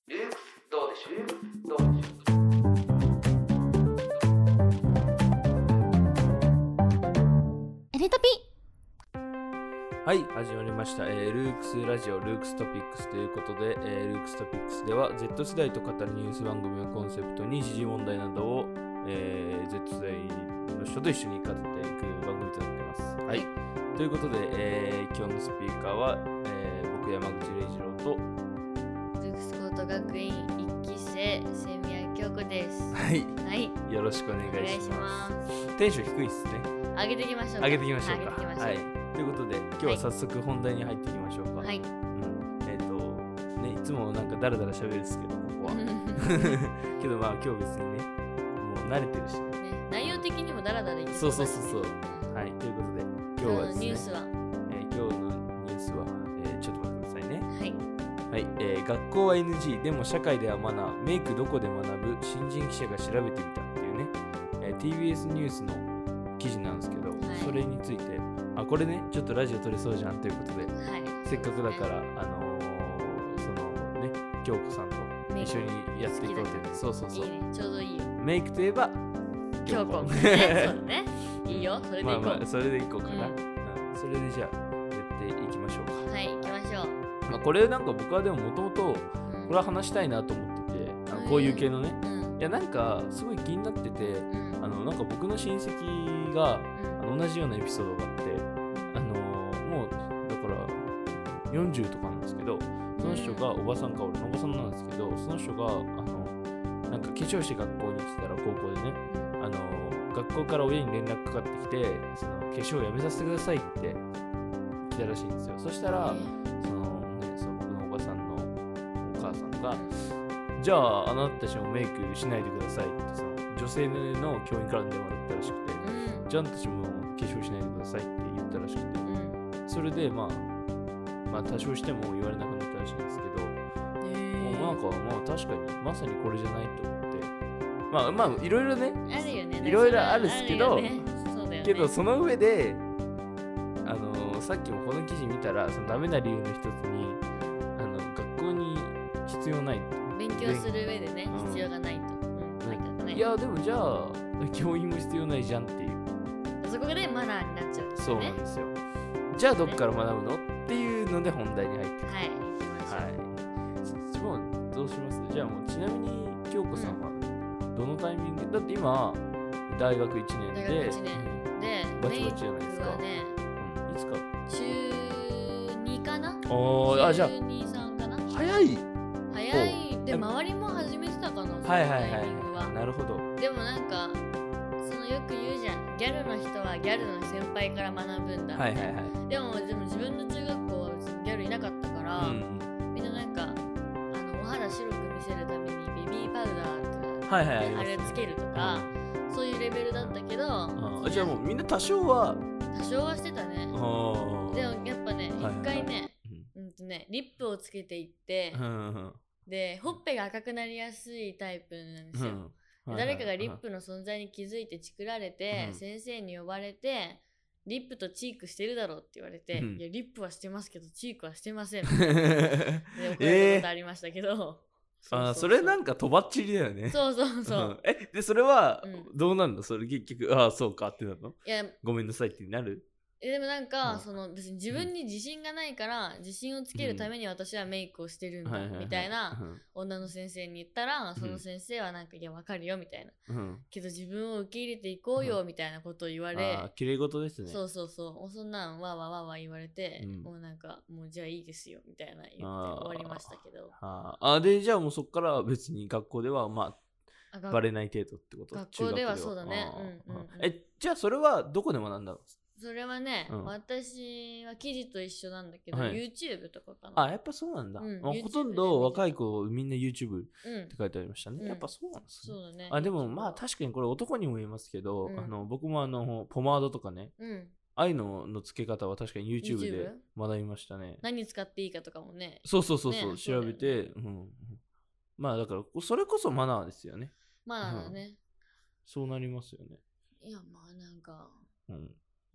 ルークスどうでしょう。どうでしょう。 エレタピ。 はい、始まりました、ルークスラジオルークストピックスということで、ルークストピックスでは Z 世代と語るニュース番組をコンセプトに時事問題などを、Z 世代の人と一緒に語っていく番組となっています。はい、ということで、今日のスピーカーは、僕山口礼二郎とルークス高等学院1期生千宮京子です。 はい、 はい、 よろしくお願いします。テンション低いっすね。 上げていきましょうか。 上げていきましょうか。はい、ということで今日は早速本題に入っていきましょうか。 はい。 いつもなんかダラダラ喋るんですけど、ここはけどまあ今日別にね、もう慣れてるしね。 内容的にもダラダラいってそう。はい、ということで今日はですね、 ニュースは、 今日のニュースは、ちょっと待ってくださいね。 はい、 学校は NG でも社会ではマナー、メイクどこで学ぶ、新人記者が調べてみたっていうね、TBS ニュースの記事なんですけど、それについてこれね、ちょっとラジオ撮れそうじゃんということで、せっかくだからそのね、京子さんと一緒にやっていこうって。そういいね、ちょうどいいよ。 メイクといえば京子ね。そうだね、いいよ、それでいこう。 まあそれでいこうかな、それでじゃあやっていきましょうか。 はい、行きましょう。 これなんか僕はでももともとこれは話したいなと思ってて、こういう系のね、いやなんかすごい気になってて、なんか僕の親戚が同じようなエピソードがあって、もうだから40とかなんですけど、その人がおばさんか、俺のおばさんなんですけど、その人がなんか化粧して学校に来てたら、高校でね、学校から親に連絡かかってきて、その化粧をやめさせてくださいって来たらしいんですよ。そしたら、その僕のおばさんのお母さんが、じゃああなたたちもメイクしないでくださいって、その女性の教員からの電話だったらしくて、じゃああなたたちも化粧しないでくださいって言ったらしくて、それでまあ多少しても言われなくなったらしいんですけど、なんかまあ確かにまさにこれじゃないと思って、まあいろいろね、 あるよね、 いろいろあるんですけど、 けどその上でさっきもこの記事見たら、そのダメな理由の一つに学校に必要ない勉強する上でね、必要がないと、 いやでもじゃあ教員も必要ないじゃんっていう、 そこでマナーになっちゃうんですよね。 そうなんですよ。じゃあどっから学ぶのっていうので本題に入ってくる。 はい、行きましょう。 もうどうします？じゃあもうちなみに京子さんはどのタイミングで、だって今大学1年でバチバチじゃないですか。いつか中2かな。 じゃあ中2、3かな。 早いで、周りも始めてたかな。 はい、なるほど。 でもなんかよく言うじゃん、ギャルの人はギャルの先輩から学ぶんだみたいな。でも自分の中学校は別にギャルいなかったから、みんななんかお肌白く見せるためにベビーパウダーとか、あれつけるとか、そういうレベルだったけど、 じゃあもうみんな多少はしてたね。でもやっぱね、一回ね、リップをつけていって、でほっぺが赤くなりやすいタイプなんですよ。誰かがリップの存在に気づいてチクられて、先生に呼ばれて、リップとチークしてるだろうって言われて、いやリップはしてますけどチークはしてませんで怒られたことありましたけど、 それなんかとばっちりだよね。 そうでそれはどうなんだ、それ結局そうかってなるの？ いやごめんなさいってなる？ でもなんか、別に自分に自信がないから、自信をつけるために私はメイクをしてるんだ、みたいな女の先生に言ったら、その先生はなんか、いやわかるよみたいな、けど自分を受け入れていこうよみたいなことを言われ、 綺麗事ですね。 そうそんなんわわ言われて、もうなんかもうじゃあいいですよみたいな言って終わりましたけど、 でじゃあもうそっから別に学校ではバレない程度ってこと？ 学校ではそうだね。 じゃあそれはどこで学んだの？ それはね、私は記事と一緒なんだけど、YouTube とかかな。 やっぱそうなんだ。ほとんど若い子みんな YouTube って書いてありましたね。やっぱそうなんですね。 そうだね。 でもまあ確かにこれ男にも言えますけど、僕もポマードとかね、ああいうのの付け方は確かに YouTube で学びましたね。 何使っていいかとかもね。 そう調べて、まあだからそれこそマナーですよね。 マナーだね。 そうなりますよね。 いやまあなんか、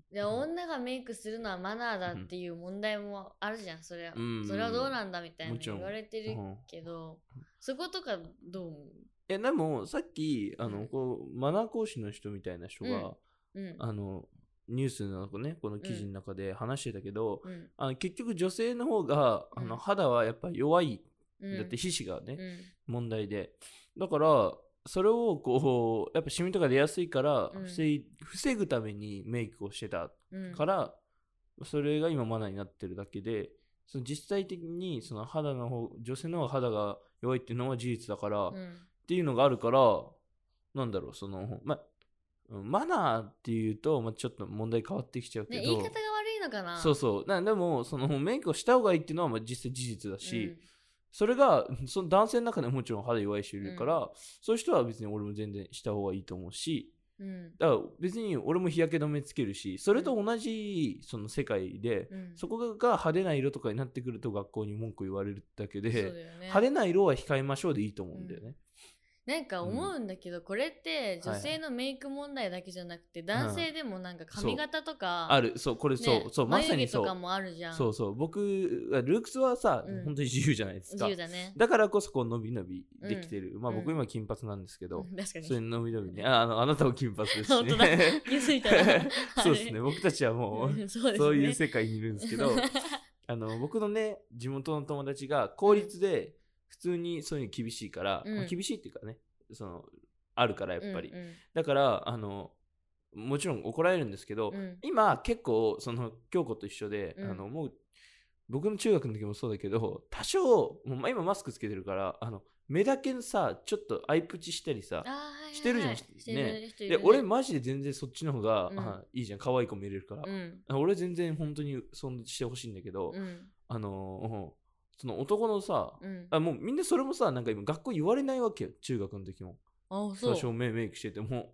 で女がメイクするのはマナーだっていう問題もあるじゃん、それは、それはどうなんだみたいな言われてるけど、そことかどう思う？ でもさっきこうマナー講師の人みたいな人が、ニュースのねこの記事の中で話してたけど、結局女性の方が肌はやっぱ弱い、だって皮脂がね、問題で、だからそれをこうやっぱシミとか出やすいから防ぐためにメイクをしてたから、それが今マナーになってるだけで、その実際的にその肌の方、女性の方が肌が弱いっていうのは事実だから、っていうのがあるから、なんだろう、そのマナーっていうと、ちょっと問題変わってきちゃうけど、 言い方が悪いのかな。 そうでもそのメイクをした方がいいっていうのは実際事実だし、それがその男性の中でもちろん肌弱い人いるから、そういう人は別に俺も全然した方がいいと思うし、だから別に俺も日焼け止めつけるし、それと同じその世界で、そこが派手な色とかになってくると学校に文句言われるだけで、派手な色は控えましょうでいいと思うんだよね。 なんか思うんだけど、これって女性のメイク問題だけじゃなくて、男性でもなんか髪型とかある、これそうまさにそう、 眉毛とかもあるじゃん。 僕ルックスはさ、本当に自由じゃないですか。 自由だね。 だからこそこう伸び伸びできてる。僕今金髪なんですけど、 確かにそれ伸び伸びね、あなたも金髪ですしね。 本当だ、気づいたらそうですね、僕たちはもうそういう世界にいるんですけど、僕のね地元の友達が公立で普通にそういうの厳しいから、厳しいっていうかね、そのあるからやっぱり、だからもちろん怒られるんですけど、今結構その京子と一緒で、もう僕の中学の時もそうだけど、多少もう今マスクつけてるから目だけさちょっとアイプチしたりさしてるじゃん、ね。で俺マジで全然そっちの方が、いいじゃん、可愛い子見れるから、俺全然本当にそんなしてほしいんだけど、その男のさ、もうみんなそれもさ、なんか今学校言われないわけよ、中学の時も。多少メイクしてても、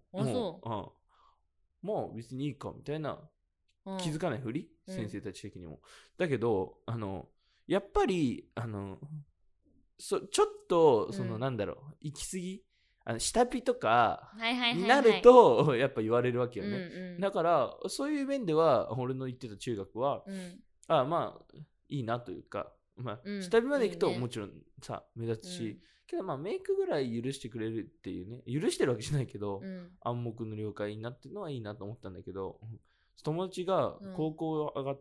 もう別にいいかみたいな、気づかないふり、先生たち的にも。だけどやっぱりちょっとその、なんだろう、行き過ぎ下火とかになるとやっぱ言われるわけよね。だからそういう面では俺の行ってた中学は、まあいいなというか、下火まで行くともちろんさ目立つし、けどメイクぐらい許してくれるっていうね、許してるわけじゃないけど、暗黙の了解になってるのはいいなと思ったんだけど、友達が高校上がって、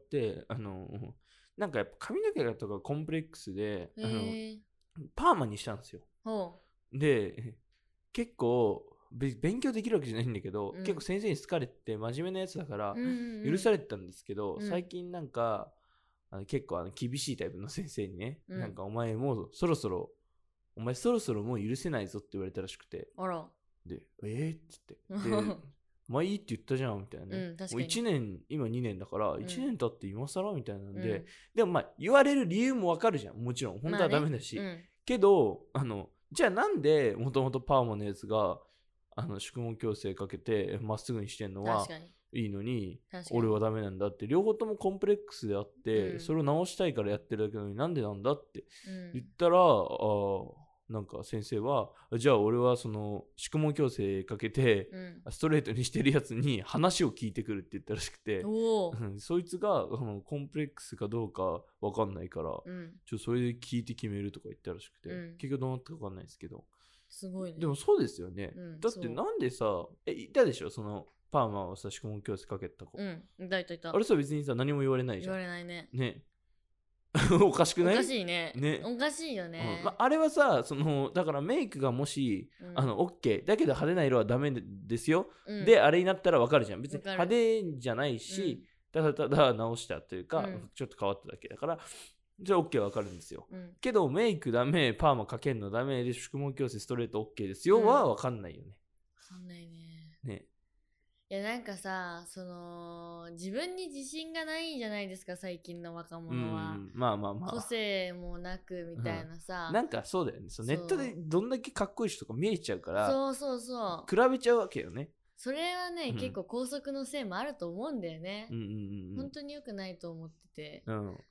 なんかやっぱ髪の毛とかコンプレックスでパーマにしたんですよ。で結構勉強できるわけじゃないんだけど、結構先生に好かれて真面目なやつだから許されてたんですけど、最近なんか結構厳しいタイプの先生にね、なんかお前そろそろもう許せないぞって言われたらしくて、でっつってでまあいいって言ったじゃんみたいなね、もう1年今2年だから1年経って今更みたいなんで、でも言われる理由もわかるじゃん、もちろん本当はダメだし、けどじゃあなんでもともとパーマのやつが宿毛矯正かけてまっすぐにしてんのはいいのに俺はダメなんだって、両方ともコンプレックスであって、それを直したいからやってるだけなのになんでなんだって言ったら、なんか先生はじゃあ俺はその宿毛矯正かけて、ストレートにしてるやつに話を聞いてくるって言ったらしくて、そいつがコンプレックスかどうか分かんないから、それで聞いて決めるとか言ったらしくて、結局どうなったか分かんないですけど、 すごいね。 でもそうですよね、だってなんでさいたでしょ、そのパーマをさ宿毛矯正かけた子、 いた。 あれさ別にさ何も言われないじゃん。 言われないね。 おかしくない？ おかしいね。おかしいよね。 あれはさだからメイクがもしOK だけど派手な色はダメですよ、であれになったらわかるじゃん。別に派手じゃないし、ただ直したというか、ちょっと変わっただけだからじゃあ OK はわかるんですよ、けどメイクダメ、パーマかけんのダメで宿毛矯正ストレート OK ですよはわかんないよね。 わかんないね。いやなんかさ、自分に自信がないんじゃないですか最近の若者は。個性もなくみたいなさ、 なんかそうだよね。ネットでどんだけかっこいい人とか見えちゃうから、 そう比べちゃうわけよね。 それはね、結構校則のせいもあると思うんだよね。本当に良くないと思ってて、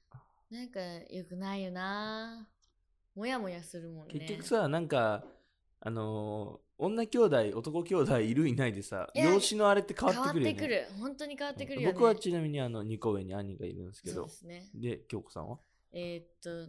なんか良くないよな、もやもやするもんね。 結局さ、なんか女兄弟男兄弟いるいないでさ、養子のあれって変わってくるよね。 変わってくる、本当に変わってくるよね。 僕はちなみに2個上に兄がいるんですけど。 そうですね。 で、京子さんはね、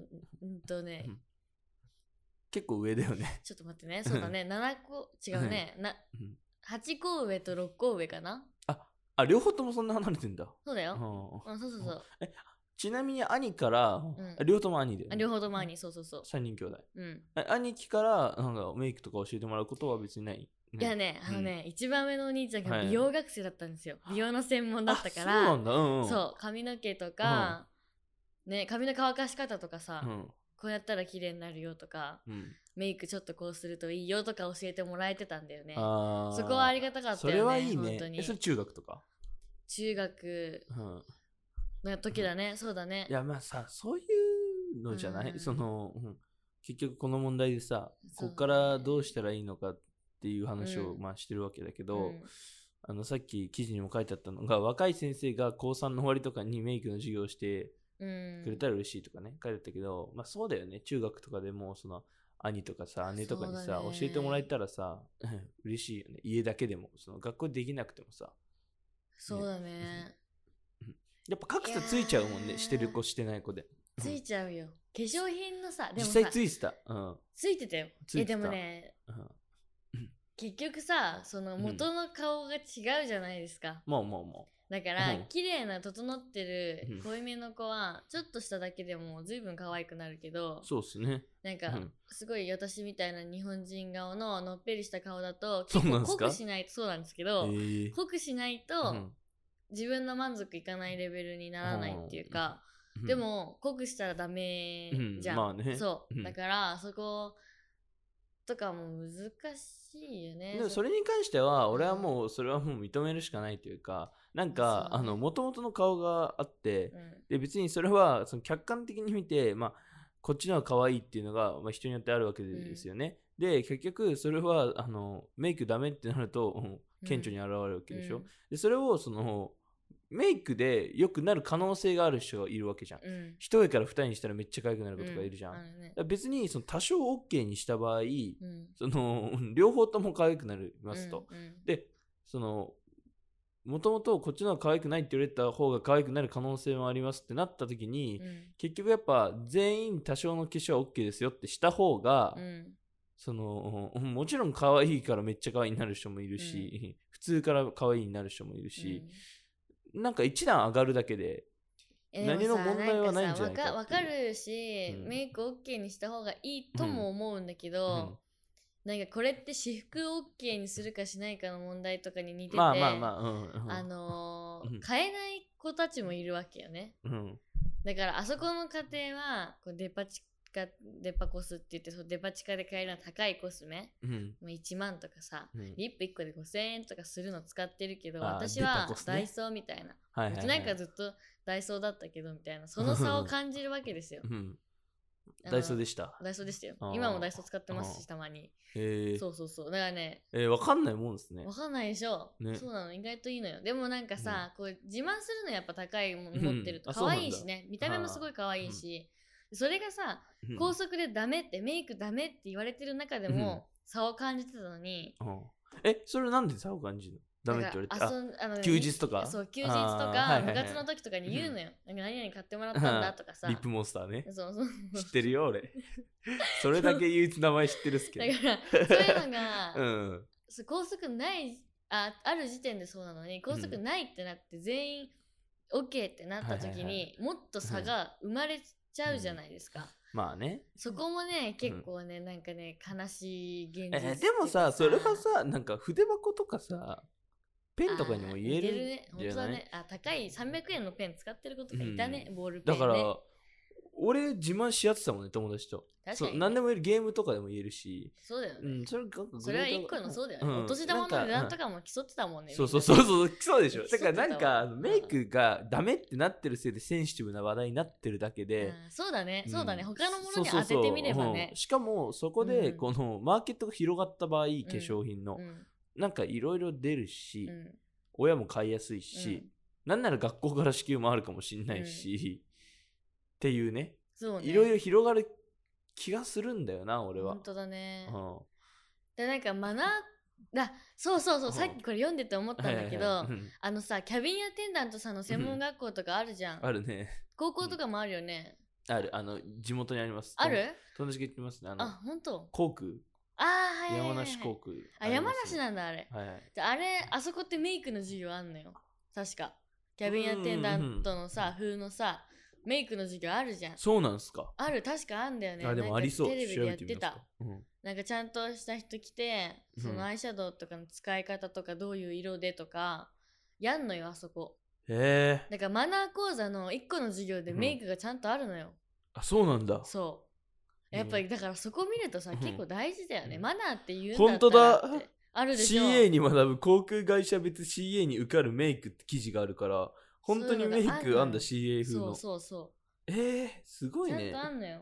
結構上だよね。 ちょっと待ってね、そうだね、7個違うね、8個上と6個上かな。 両方ともそんな離れてんだ。 そうだよ。そうそうそう。 ちなみに兄から、両方とも兄で、 両方とも兄、そうそうそう。 3人兄弟。兄貴からなんかメイクとか教えてもらうことは別にない。 いやね、一番上のお兄ちゃんが美容学生だったんですよ。美容の専門だったから。 そうなんだ。 そう、髪の毛とか、ね、髪の乾かし方とかさ、こうやったら綺麗になるよとか、メイクちょっとこうするといいよとか教えてもらえてたんだよね。そこはありがたかったよね。 それはいいね。 本当に。 それ中学とか中学の時だね。そうだね。 いやまあさ、そういうのじゃない、結局この問題でさ、こっからどうしたらいいのかっていう話をしてるわけだけど、さっき記事にも書いてあったのが、若い先生が高3の終わりとかにメイクの授業をしてくれたら嬉しいとかね、書いてあったけど、まあそうだよね。中学とかでもその兄とかさ、姉とかにさ、教えてもらえたらさ、嬉しいよね。家だけでも、その学校できなくてもさ。 そうだね。 やっぱ格差ついちゃうもんね、してる子してない子で。 ついちゃうよ。化粧品のさ、 でもさ、実際ついてた。 ついてたよ。でもね、結局さ、その元の顔が違うじゃないですか。 もう。 だから、綺麗な整ってる濃いめの子は、ちょっとしただけでも随分可愛くなるけど、 そうっすね。 なんか、すごい私みたいな日本人顔ののっぺりした顔だと、結構濃くしないと、そうなんですけど、濃くしないと、自分の満足いかないレベルにならないっていうか、でも濃くしたらダメじゃん。 まあね。 そう。だからそことかも難しいよね。 でもそれに関しては俺はもうそれはもう認めるしかないというか、なんか元々の顔があって、で別にそれはその客観的に見て、まあこっちの方が可愛いっていうのが、まあ、人によってあるわけですよね。で結局それはメイクダメってなると、顕著に現れるわけでしょ。でそれをそのメイクで良くなる可能性がある人がいるわけじゃん。一重から二重にしたらめっちゃ可愛くなる子とかいるじゃん。別にその多少 OK にした場合、その両方とも可愛くなりますと。でそのもともとこっちの方が可愛くないって言われた方が可愛くなる可能性もありますってなった時に、結局やっぱ全員多少の化粧は OK ですよってした方が、そのもちろん可愛いからめっちゃ可愛いになる人もいるし、普通から可愛いになる人もいるし、なんか一段上がるだけで何の問題はないんじゃないか。 わかるし、メイク OK にした方がいいとも思うんだけど、なんかこれって私服 OK にするかしないかの問題とかに似てて、変えない子たちもいるわけよね。だからあそこの家庭はこうデパコスって言って、そのデパ地下で買えるの高いコスメ、1万とかさ、リップ1個で5000円とかするの使ってるけど、私はダイソーみたいな、うちなんかずっとダイソーだったけどみたいな、その差を感じるわけですよ。 ダイソーでした。 ダイソーでしたよ。今もダイソー使ってますし、たまに。そうそうそう。だからね、 わかんないもんですね。 わかんないでしょ。そうなの、意外といいのよ。でもなんかさ、こう自慢するのやっぱ高いもの持ってると可愛いしね、見た目もすごい可愛いし、それがさ、高速でダメって、メイクダメって言われてる中でも差を感じてたのに、 それなんで差を感じるの？ダメって言われて、休日とか、 そう、休日とか部活の時とかに言うのよ。なんか何々買ってもらったんだとかさ。 リップモンスターね。 そうそう。 知ってるよ俺。それだけ唯一名前知ってるっすけど。 だからそういうのが、高速ないある時点でそうなのに、高速ないってなって全員 OK ってなった時に、もっと差が生まれちゃうじゃないですか。 まあね。 そこもね、結構ね、なんかね、悲しい現実。 でもさ、それはさ、なんか筆箱とかさ、ペンとかにも言えるね。本当だね。高い300円のペン使ってる子とかいたね、ボールペンね。 だから俺自慢し合ってたもんね、友達と。 確かに、ね、 何でも言える、ゲームとかでも言えるし。 そうだよね。それは一個のそうだよね。お年玉の値段とかも競ってたもんね。 そう、競うでしょ。だからなんかメイクがダメってなってるせいでセンシティブな話題になってるだけで。 そうだね。他のものに当ててみればね。 しかもそこでこのマーケットが広がった場合、化粧品のなんかいろいろ出るし、親も買いやすいし、なんなら学校から支給もあるかもしれないし、っていうね。いろいろ広がる気がするんだよな、俺は。 本当だね。 でなんかマナーそうさっきこれ読んでて思ったんだけど、あのさキャビンアテンダントさんの専門学校とかあるじゃん、 あるね。 高校とかもあるよね、 ある、地元にあります。 ある？ 友達が言ってますね。 本当？ 航空。 はい、 山梨航空。 山梨なんだあれ。 はいはい。 じゃあそこってメイクの授業あんのよ。確か。キャビンアテンダントのさ、風のさ、メイクの授業あるじゃん。 そうなんすか。 ある、確かあんだよね。 でもありそう。 テレビでやってた。 うんなんかちゃんとした人来て、そのアイシャドウとかの使い方とかどういう色でとかやんのよ、あそこ。 へえ。 だからマナー講座の1個の授業でメイクがちゃんとあるのよ。 あ、そうなんだ。 そう。やっぱりだからそこ見るとさ、結構大事だよね。マナーって言うんだ本当だ。 あるでしょ。 CA に学ぶ航空会社別 CA に受かるメイクって記事があるから、本当にメイクあんだ CA 風の。 そうすごいね。 ちゃんとあんのよ。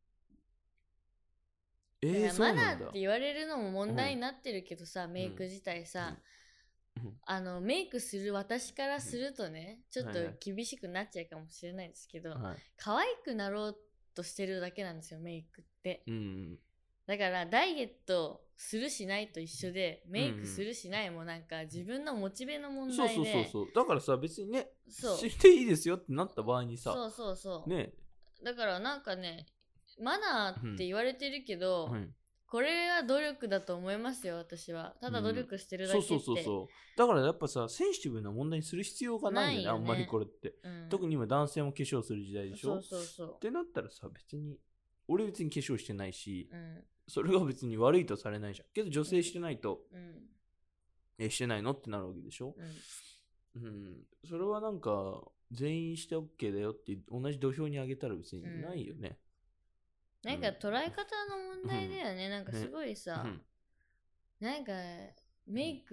そうなんだ。 マナーって言われるのも問題になってるけどさ、メイク自体さ、メイクする私からするとね、ちょっと厳しくなっちゃうかもしれないですけど、可愛くなろうとしてるだけなんですよ、メイクって。だからダイエットするしないと一緒で、メイクするしないもなんか自分のモチベの問題で、 そうだからさ、別にね、していいですよってなった場合にさ、ね、 だからなんかね、マナーって言われてるけど、これは努力だと思いますよ、私は。ただ努力してるだけって。 だからやっぱさ、センシティブな問題にする必要がないよね、あんまりこれって。特に今男性も化粧する時代でしょ。ってなったらさ、俺別に化粧してないし、それが別に悪いとされないじゃん。けど女性してないと、してないのってなるわけでしょ。それはなんか、全員して OK だよって同じ土俵に上げたら別にないよね。 なんか捉え方の問題だよね。なんかすごいさ、なんかメイ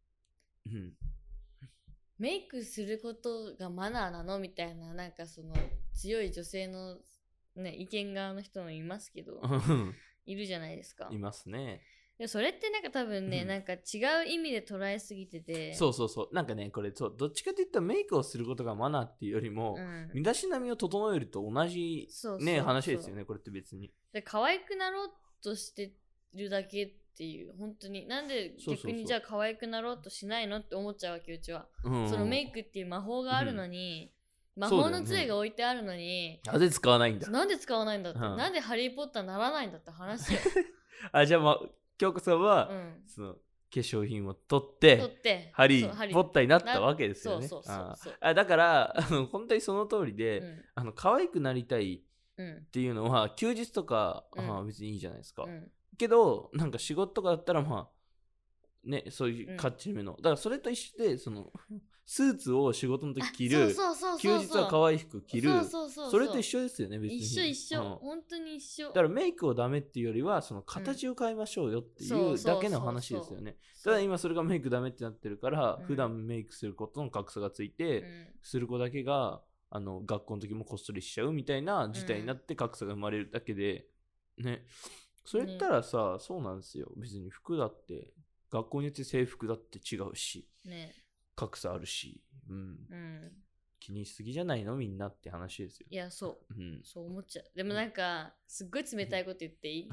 クすることがマナーなのみたいな、なんかその強い女性のね、意見側の人もいますけど、いるじゃないですか。 いますね。 でそれってなんか多分ね、なんか違う意味で捉えすぎてて、 なんかね、これどっちかといったらメイクをすることがマナーっていうよりも、身だしなみを整えると同じね、話ですよね、これって別に。 で可愛くなろうとしてるだけっていう、本当になんで逆にじゃあ可愛くなろうとしないのって思っちゃうわけ、うちは。そのメイクっていう魔法があるのに、魔法の杖が置いてあるのに、 なぜ使わないんだ。 なんで使わないんだって、なんでハリーポッターならないんだって話よ。 じゃあ京子さんは、その化粧品を取ってハリーポッターになったわけですよね。だから本当にその通りで、可愛くなりたいっていうのは休日とか、別にいいじゃないですか。けどなんか仕事とかだったらね、そういうかっちりめの、だからそれと一緒で、そのスーツを仕事の時着る、休日は可愛い服着る、それと一緒ですよね、別に。 一緒、本当に一緒。 だからメイクをダメっていうよりは、その形を変えましょうよっていうだけの話ですよね。ただ今それがメイクダメってなってるから、普段メイクすることの格差がついて、する子だけが学校の時もこっそりしちゃうみたいな事態になって格差が生まれるだけで、ね。それ言ったらさ、そうなんですよ。別に服だって、学校によって制服だって違うし、格差あるし、気にしすぎじゃないのみんなって話ですよ。 いや、そう思っちゃう。でもなんかすっごい冷たいこと言っていい？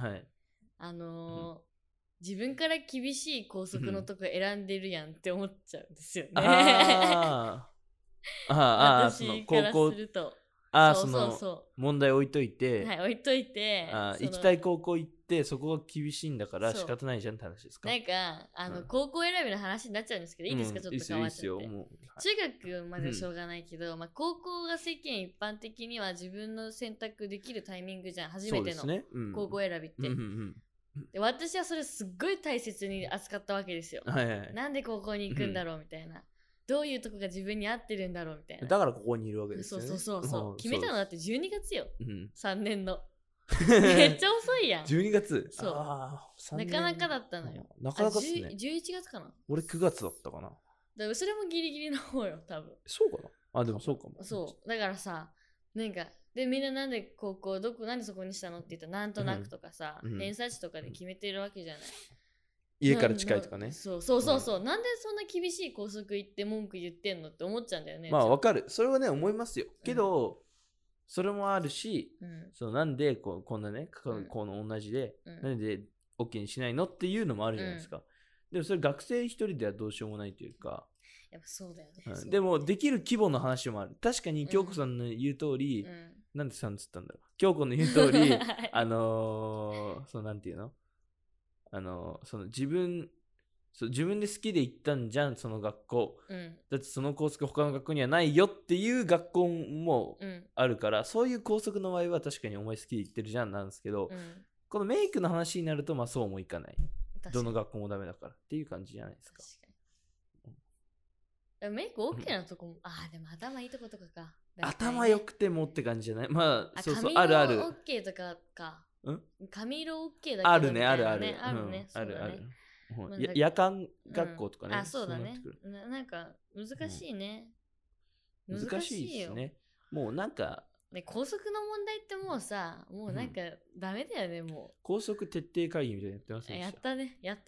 自分から厳しい校則のとこ選んでるやんって思っちゃうんですよね。私からすると。 その問題置いといて、 置いといて、 行きたい高校行ってそこが厳しいんだから仕方ないじゃんって話ですか。 なんか高校選びの話になっちゃうんですけど、いいですか、ちょっと変わっちゃって。中学まではしょうがないけど、高校が世間一般的には自分の選択できるタイミングじゃん、初めての高校選びって。で私はそれすっごい大切に扱ったわけですよ。なんで高校に行くんだろうみたいな。どういうとこが自分に合ってるんだろうみたいな。 だからここにいるわけですよね。 そう決めたのだって12月よ、3年の。めっちゃ遅いやん。 12月。 そうなかなかだったのよ。 なかなかっすね。 11月かな。 俺9月だったかな。 だからそれもギリギリの方よ、多分。 そうかな。でもそうかも。 そうだからさ、なんかでみんななんで高校なんでそこにしたのって言ったら、なんとなくとかさ、偏差値とかで決めてるわけじゃない。 家から近いとかね。 そう、なんでそんな厳しい校則言って文句言ってんのって思っちゃうんだよね。 わかる。それはね、思いますよ。けど、それもあるし、なんでこんなね、この同じで、なんで OK にしないのっていうのもあるじゃないですか、でもそれ学生一人ではどうしようもないというか、 やっぱそうだよね、 でもできる規模の話もある。確かに京子さんの言う通り、なんでさんつったんだろう、京子の言う通りそのなんていうの、その自分で好きで行ったんじゃんその学校、だってその校則他の学校にはないよっていう学校もあるから、そういう校則の場合は確かにお前好きで行ってるじゃんなんですけど、このメイクの話になるとまあそうもいかない、どの学校もダメだからっていう感じじゃないですか。 メイク OK なとこも、でも頭いいとことかか。 頭良くてもって感じじゃない。まあ、そうそう、あるある。 髪色 OK とかか。髪色 OK だけど、 あるね、あるある。 あるね、 あるある。夜間学校とかね。 そうだね。なんか、難しいね。 難しいですね。もうなんか、 校則の問題ってもうさ、もうなんかダメだよね、もう。 校則徹底会議みたいなやってますね。 やったね、やった。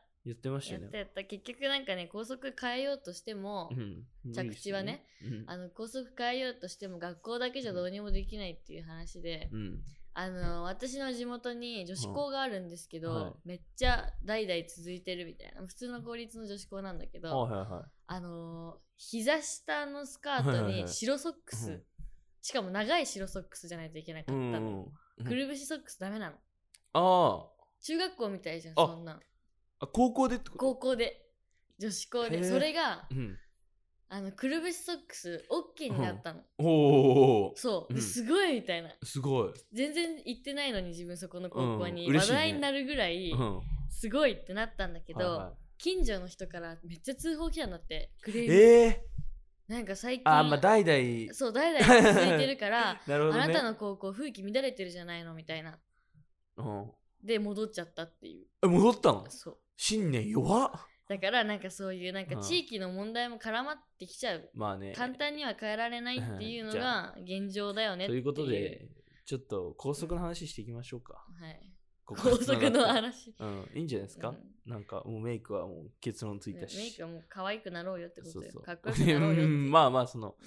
言ってましたよね。 やった。結局なんかね、校則変えようとしても、着地はね、校則変えようとしても学校だけじゃどうにもできないっていう話で、私の地元に女子校があるんですけど、めっちゃ代々続いてるみたいな、普通の公立の女子校なんだけど、膝下のスカートに白ソックス、しかも長い白ソックスじゃないといけなかったの。くるぶしソックスダメなの。中学校みたいじゃん、そんな。 高校でってこと？ 高校で女子校でそれが、くるぶしソックス OK になったの、そうすごいみたいな、 すごい全然行ってないのに自分そこの高校に話題になるぐらいすごいってなったんだけど、近所の人からめっちゃ通報来たんだって、クレーム。なんか最近まあ代々 そう代々続いてるからなるほど、ね、あなたの高校風紀乱れてるじゃないのみたいな、で戻っちゃったっていう。 戻ったの？ そう、 信念弱っ。 だからなんかそういうなんか地域の問題も絡まってきちゃう、まあね、簡単には変えられないっていうのが現状だよねっていう。 ということでちょっと校則の話していきましょうか。 はい、校則の話、 いいんじゃないですか、なんかもうメイクはもう結論ついたし、 メイクはもう可愛くなろうよってことよ。 そうかっこよくなろうよってまあ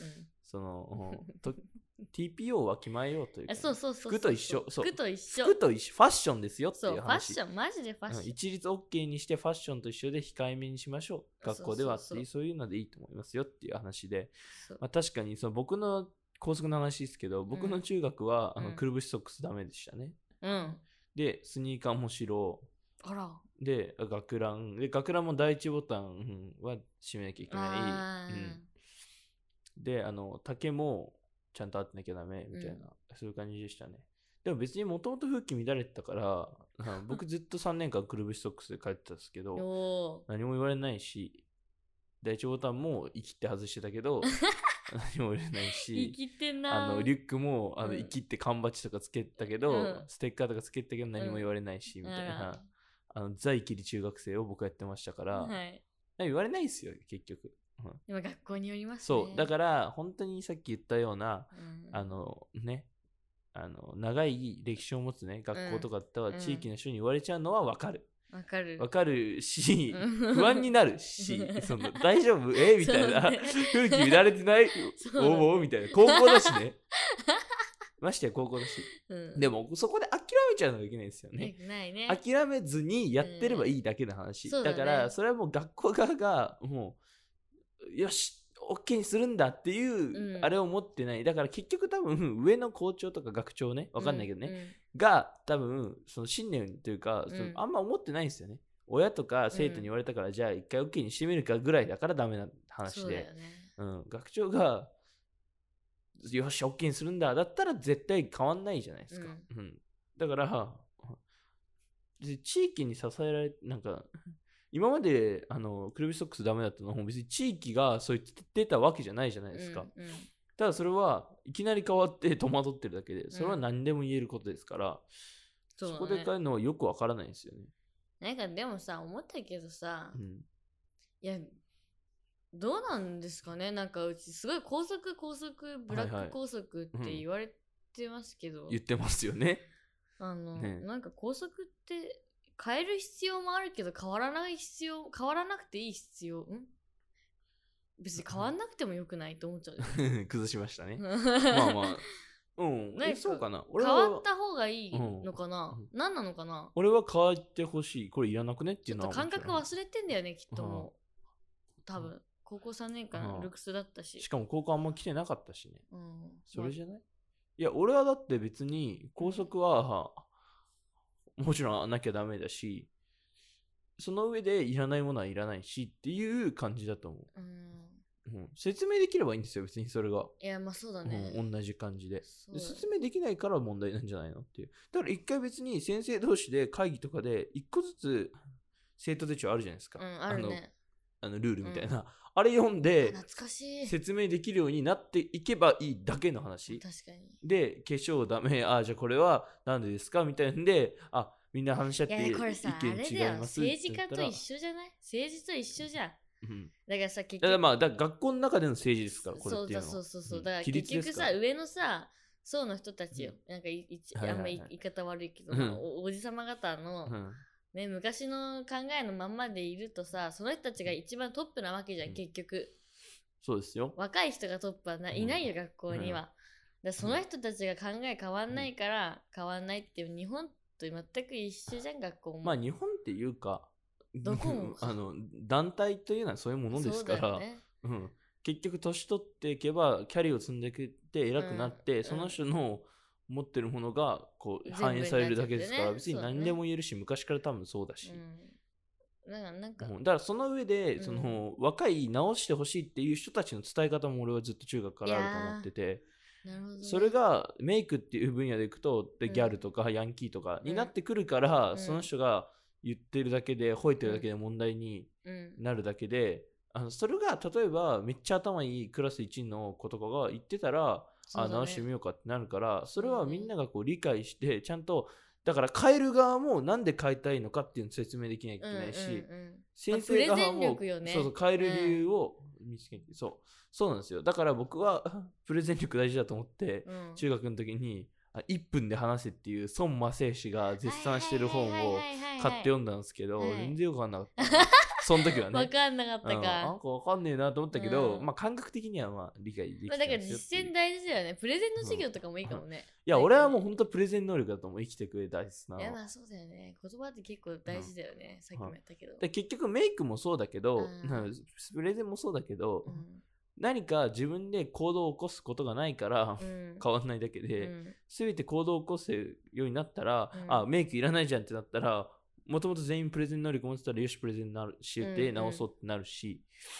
TPO は決まえようというか、服と一緒、ファッションですよっていう話。 ファッション、マジでファッション、 一律 OK にしてファッションと一緒で控えめにしましょう、学校ではっていう、そういうのでいいと思いますよっていう話で、確かに僕の校則の話ですけど、僕の中学はくるぶしソックスダメでしたね。でスニーカーも白で、学ランも第一ボタンは閉めなきゃいけない、で丈もちゃんと合ってなきゃダメみたいな、そういう感じでしたね。でも別にもともと風紀乱れてたから僕ずっと3年間くるぶしソックスで帰ってたんですけど何も言われないし、第一ボタンも生きって外してたけど何も言われないし、 生きてんな。 リュックも生きって缶バッジとかつけたけど、ステッカーとかつけたけど何も言われないし、みたいな在生きり中学生を僕やってましたから、言われないですよ結局。 今学校によりますね。 そうだから本当にさっき言ったような、長い歴史を持つね学校とかだったら地域の人に言われちゃうのは分かる。わかるし、不安になるし、大丈夫みたいな、空気乱れてないおみたいな、高校だしね。ましてや高校だし、でもそこで諦めちゃうのがいけないですよね。諦めずにやってればいいだけの話、だからそれはもう学校側がもうよしOK にするんだっていう、あれを持ってない。だから結局多分上の校長とか学長ね、わかんないけどね、が多分その信念というか、あんま思ってないんですよね。親とか生徒に言われたから、じゃあ一回 OK にしてみるかぐらいだからダメな話で、学長がよし OK にするんだだったら絶対変わんないじゃないですか。だから地域に支えられなんか今までくるぶしソックスダメだったのも別に地域がそう言ってたわけじゃないじゃないですか、ただそれはいきなり変わって戸惑ってるだけで、それは何でも言えることですから、そこで変えるのはよくわからないですよね。 なんかでもさ、思ったけどさ、いやどうなんですかね、なんかうちすごい高速ブラック高速って言われてますけど、 言ってますよね。 なんか高速って変える必要もあるけど変わらなくていい必要別に変わんなくてもよくないと思っちゃう。 崩しましたね。まあそうかな。 変わった方がいいのかな、何なのかな。 俺は変わってほしい。これいらなくねっていうのは。 ちょっと感覚忘れてんだよね、きっともう。多分。高校3年間ルクスだったし。 しかも高校あんま来てなかったしね。それじゃない？いや、俺はだって別に校則は、もちろんなきゃダメだし、その上でいらないものはいらないしっていう感じだと思う。説明できればいいんですよ、別にそれが。 いや、まあそうだね。 同じ感じで。説明できないから問題なんじゃないのっていう。だから一回別に先生同士で会議とかで一個ずつ生徒手帳あるじゃないですか。 あるね。 ルールみたいな。あれ読んで懐かしい説明できるようになっていけばいいだけの話。 確かに。 で、化粧ダメ、じゃあこれはなんでですかみたいなんで、みんな話し合って意見違います。 政治家と一緒じゃない？政治と一緒じゃん。だからさ、結局。だから学校の中での政治ですから、これっていうのは。 そう。だから結局さ、上のさ、層の人たちよ。なんかあんま言い方悪いけど、おじさま方の、ね、昔の考えのまんまでいるとさ、その人たちが一番トップなわけじゃん、結局。 そうですよ。 若い人がトップはいないよ、学校には。だその人たちが考え変わんないから、変わんないっていう、日本と全く一緒じゃん、学校も。 まあ日本っていうか、 どこも団体というのはそういうものですから、結局年取っていけばキャリアを積んでいけて偉くなって、その人の持ってるものがこう反映されるだけですから、別に何でも言えるし、昔から多分そうだし、だからその上でその若い直してほしいっていう人たちの伝え方も俺はずっと中学からあると思ってて、それがメイクっていう分野でいくとギャルとかヤンキーとかになってくるから、その人が言ってるだけで吠えてるだけで問題になるだけで、それが例えばめっちゃ頭いいクラス1の子とかが言ってたら、直してみようかってなるから、それはみんながこう理解してちゃんと、だから変える側もなんで変えたいのかっていうのを説明できなきゃいけないし、先生側も変える理由を見つけて、そうなんですよ。だから僕はプレゼン力大事だと思って、中学の時に1分で話せっていう孫正義が絶賛してる本を買って読んだんですけど、全然よくわかんなかった。その時はね。 わかんなかったか。 なんかわかんねえなと思ったけど、感覚的には理解できたんですよ。 だから実践大事だよね。プレゼンの授業とかもいいかもね。 いや、俺はもう本当プレゼン能力だと思う。生きてくれ大事な。 いや、まあそうだよね。言葉って結構大事だよね。さっきも言ったけど。 で結局メイクもそうだけど、プレゼンもそうだけど、何か自分で行動を起こすことがないから変わんないだけで、全て行動を起こせるようになったら、メイクいらないじゃんってなったら、もともと全員プレゼン能力持ってたらよしプレゼンになるしって直そうってなるし、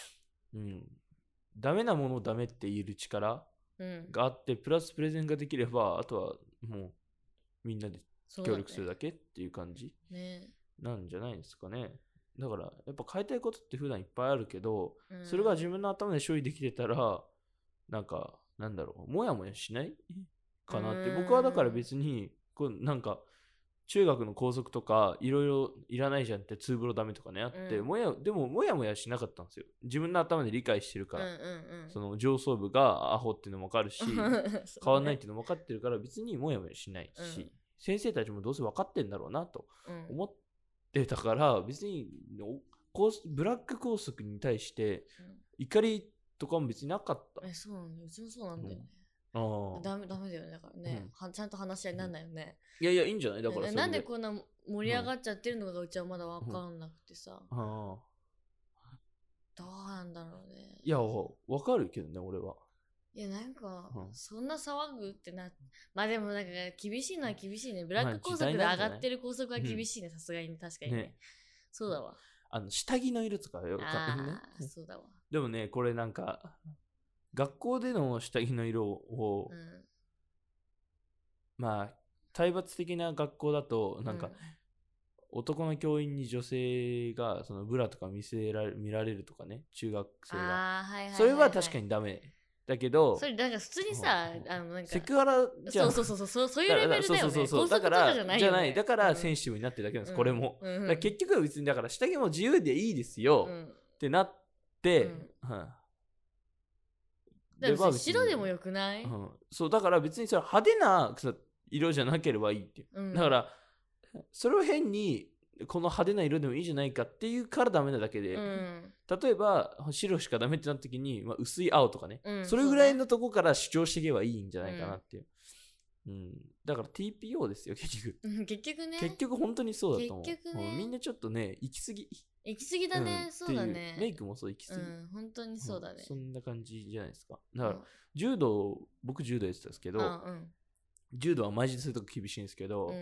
ダメなものをダメって言える力があって、プラスプレゼンができれば、あとはもうみんなで協力するだけっていう感じなんじゃないですかね。だからやっぱ変えたいことって普段いっぱいあるけど、それが自分の頭で処理できてたら、なんだろう、もやもやしないかなって。僕はだから別になんか中学の校則とかいろいろいらないじゃんって、ツーブロダメとかねあって、でももやもやしなかったんですよ。自分の頭で理解してるから、その上層部がアホっていうのも分かるし、変わんないっていうのも分かってるから、別にもやもやしないし、先生たちもどうせ分かってんだろうなと思ってたから、別にブラック校則に対して怒りとかも別になかった。 そうなんだよ。うちもそうなんだよね。ダメだよね。だからね、ちゃんと話し合いになんないよね。 いやいいんじゃない？だからなんでこんな盛り上がっちゃってるのかがうちはまだ分かんなくてさ。どうなんだろうね。 いや、分かるけどね、俺は。 いや、なんか、そんな騒ぐってまあでもなんか厳しいのは厳しいね。ブラック校則で上がってる校則は厳しいね、さすがに。確かにね。そうだわ。 下着の色とかよくね。 そうだわ。 でもね、これなんか、学校での下着の色を、まあ体罰的な学校だとなんか、男の教員に女性がそのブラとか見られるとかね、中学生が、それは確かにダメだけど、 それなんか普通にさ、なんかセクハラじゃん。 そういうレベルだよね。 だからだからセンシティブになってるだけなんです、これも。結局は別にだから下着も自由でいいですよってなって、 白でもよくない？ そうだから別にそれ派手な色じゃなければいいっていう、だからそれを変にこの派手な色でもいいじゃないかっていうからダメなだけで、例えば白しかダメってなった時に、薄い青とかね、それぐらいのとこから主張していけばいいんじゃないかなっていう。 だから TPO ですよ結局。 結局ね。 結局本当にそうだと思う。 結局ね。 みんなちょっとね行き過ぎだね、そうだね。 メイクもそう行き過ぎ。 本当にそうだね。 そんな感じじゃないですか。だから僕柔道やってたんですけど、柔道はマジでそういうとこ厳しいんですけど、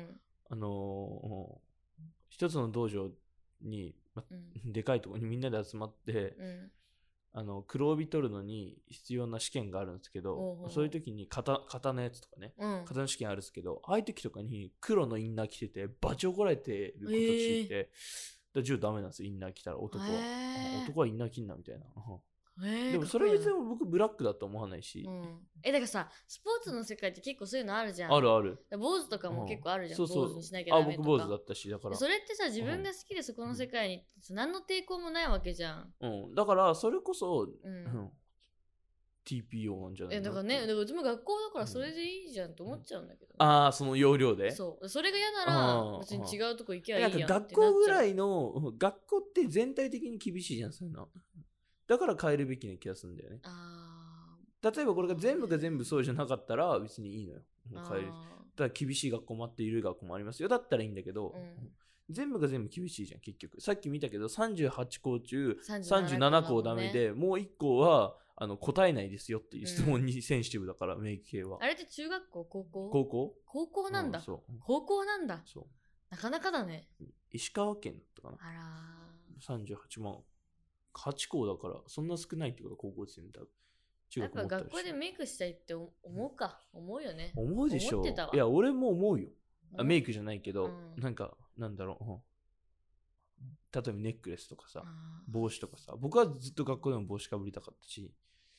一つの道場に、でかいところにみんなで集まって、黒帯取るのに必要な試験があるんですけど、そういう時に型のやつとかね、型の試験あるんですけど、ああいう時とかに黒のインナー着ててバチ怒られてることしていて、柔道ダメなんですよ、インナー着たら。男はインナー着んなみたいな。でもそれ別に僕ブラックだと思わないし。 だからさ、スポーツの世界って結構そういうのあるじゃん。 ある。 坊主とかも結構あるじゃん。 そう坊主にしなきゃダメとか。 僕坊主だったし、だから。 それってさ、自分が好きでそこの世界に何の抵抗もないわけじゃん。 だからそれこそ、TPO なんじゃないだからね、うちも学校だからそれでいいじゃんと思っちゃうんだけど。 その要領で。 そう。それが嫌なら別に違うとこ行きゃいいやんってなっちゃう。 学校ぐらいの、学校って全体的に厳しいじゃん、そういうの。だから変えるべきな気がするんだよね。例えばこれが全部そうじゃなかったら別にいいのよ。変える。だから厳しい学校もあって緩い学校もありますよ。だったらいいんだけど、全部が全部厳しいじゃん、結局。さっき見たけど38校中37校ダメで、もう1校は答えないですよっていう質問にセンシティブだから、メイク系は。 あれって中学校、高校なんだ。高校なんだ。なかなかだね。 石川県だったかな。38万。8校だから、そんな少ないってことは高校ですよね、多分。 やっぱ学校でメイクしたいって思うよね。 思うでしょ。いや、俺も思うよ。メイクじゃないけど、なんだろう。例えばネックレスとかさ、帽子とかさ、僕はずっと学校でも帽子かぶりたかったし。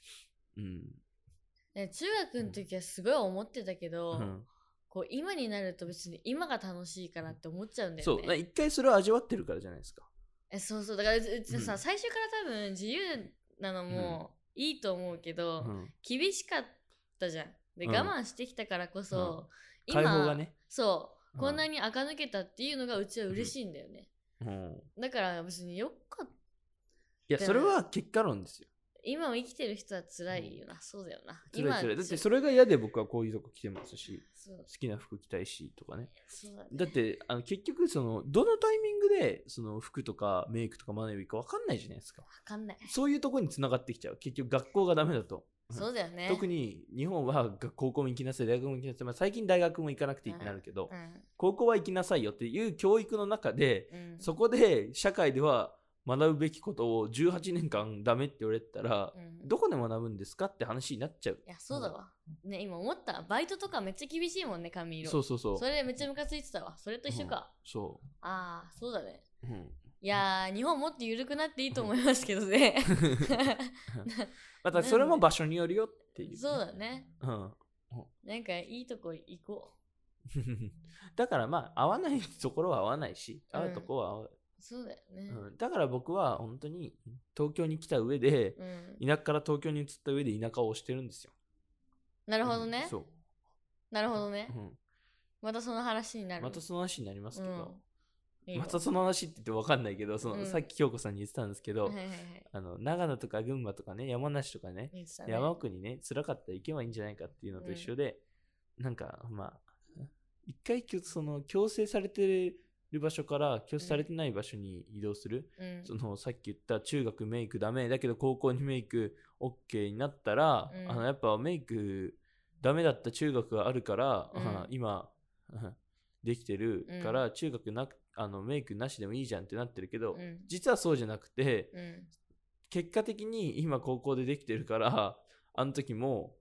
中学の時はすごい思ってたけど、こう今になると別に今が楽しいからって思っちゃうんだよね。 そう、一回それを味わってるからじゃないですか。 そうだからうちさ、最初から多分自由なのもいいと思うけど、厳しかったじゃん。で、我慢してきたからこそ、 今解放がね、 こんなに垢抜けたっていうのがうちは嬉しいんだよね。だから別によかった。 いや、それは結果論ですよ。 今を生きてる人は辛いよな。そうだよな。 辛い。だってそれが嫌で僕はこういうとこ来てますし、好きな服着たいしとかね。だって結局どのタイミングでその服とかメイクとか学べばいいか分かんないじゃないですか。 分かんない。 そういうとこに繋がってきちゃう。結局学校がダメだと。 そうだよね。 特に日本は高校も行きなさい、大学も行きなさい。最近大学も行かなくていいってなるけど、高校は行きなさいよっていう教育の中で、そこで社会では学ぶべきことを18年間ダメって言われたら、どこで学ぶんですかって話になっちゃう。 いや、そうだわ。ね、今思った。バイトとかめっちゃ厳しいもんね、髪色。 そう。 それでめっちゃムカついてたわ。それと一緒か。そうだね。いやー、日本もっと緩くなっていいと思いますけどね。 またそれも場所によるよっていう。 そうだね。なんかいいとこ行こう。だから合わないところは合わないし、合うところは合う。 そうだよね、 だから僕は本当に東京に来た上で、田舎から東京に移った上で田舎を推してるんですよ。 なるほどね。 そう。 なるほどね。またその話になる。 またその話になりますけど、またその話って言って分かんないけど、さっき京子さんに言ってたんですけど、長野とか群馬とかね、山梨とかね、山奥にね、辛かったら行けばいいんじゃないかっていうのと一緒で、なんか一回強制されてる場所から強制されてない場所に移動する、さっき言った中学メイクダメだけど高校にメイク OK になったら、やっぱメイクダメだった中学があるから、今できてるから、中学メイクなしでもいいじゃんってなってるけど、実はそうじゃなくて、結果的に今高校でできてるから、あの時も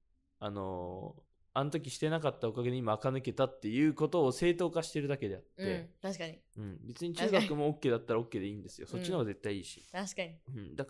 あの時してなかったおかげで今垢抜けたっていうことを正当化してるだけであって、 確かに、 別に中学も OK だったら OK でいいんですよ。そっちの方が絶対いいし。 確かに、 だ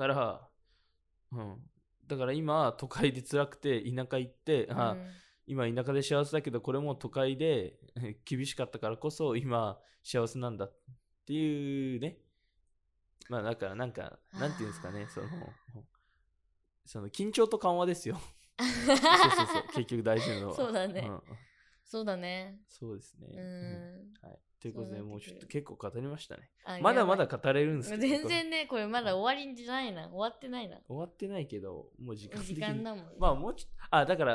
から今都会で辛くて田舎行って、今田舎で幸せだけどこれも都会で厳しかったからこそ今幸せなんだっていうね。だからなんていうんですかね、その緊張と緩和ですよ。そう結局大事なのは。 そうだね、そうだね。 そうですね。はい。ということでもうちょっと結構語りましたね。まだまだ語れるんですけど。 全然ね、これまだ終わりじゃないな。終わってないな。 終わってないけど、もう時間だもんね。 もうちょっと、だから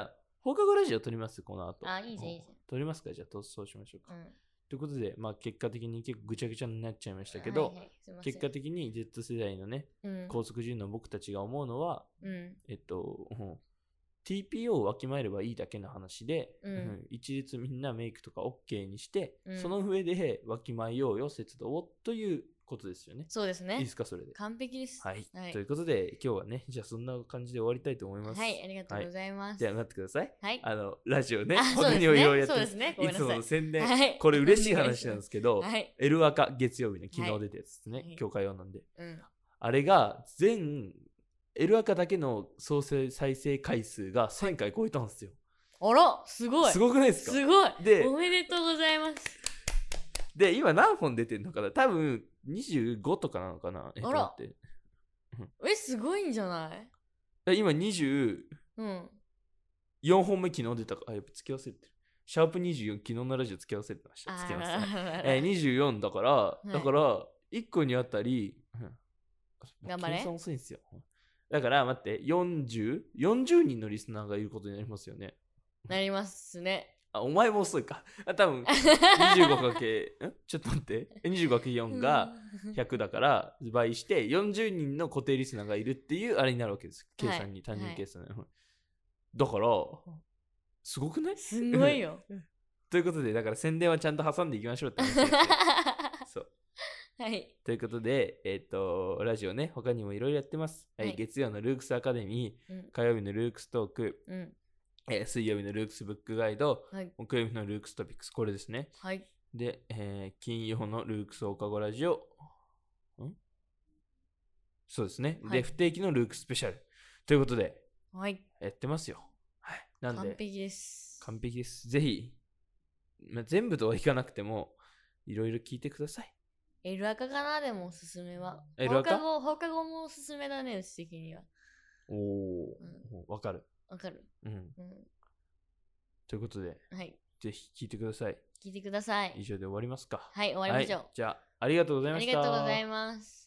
放課後ラジオ撮りますこの後。 あ、いいじゃんいいじゃん。 撮りますか？じゃあそうしましょうか。 うん。 ということで、まあ結果的に結構ぐちゃぐちゃになっちゃいましたけど、 はいはい、すいません結果的に Z 世代のね、高速順の僕たちが思うのは、TPO をわきまえればいいだけの話で、一律みんなメイクとか OK にして、その上でわきまえようよ節度をということですよね。 そうですね。 いいですかそれで。 完璧です。 はい。ということで今日はね、じゃあそんな感じで終わりたいと思います。 はい、ありがとうございます。 じゃあ待ってください。 はい。 ラジオね、他にもいろいろやってそうですね。 いつもの宣伝。これ嬉しい話なんですけど、エルアカ月曜日の昨日出たやつですね。今日火曜なんで。あれが全エルアカだけの総再生回数が1000回超えたんですよ。 あら、すごい。 すごくないですか？ すごい。 で、 おめでとうございます。 で、今何本出てんのかな？多分25とかなのかな？ あら。すごいんじゃない？ 今24本目昨日出たか。やっぱ付き合わせてる。シャープ24、昨日のラジオ付き合わせてました。付き合わせて。24だから、1個にあたり、 頑張れ。 計算遅いんですよ。だから待って、40人のリスナーがいることになりますよね。 なりますね。 お前も遅いか。多分25かけ、ちょっと待って。25×4 が100だから倍して40人の固定リスナーがいるっていうあれになるわけです。計算に、単純計算。だから、すごくない？ すごいよ。 ということで、だから宣伝はちゃんと挟んでいきましょうって話ですよ。そう。 はい。 ということで、ラジオね、他にもいろいろやってます。はい、月曜のルークスアカデミー、火曜日のルークストーク、水曜日のルークスブックガイド、木曜日のルークストピックス、これですね。 はい。 で、金曜のルークス放課後ラジオ、そうですね。で、不定期のルークスペシャル。ということで、やってますよ。はい。なんで、 完璧です。 完璧です。ぜひ、全部とはいかなくても、いろいろ聞いてください。 エルアカかなでもおすすめは。 エルアカ？ 放課後もおすすめだね、うち的には。 わかる。 わかる。 ということで、ぜひ聞いてください。 聞いてください。 以上で終わりますか。 はい、終わりましょう。 じゃあ、ありがとうございました。 ありがとうございます。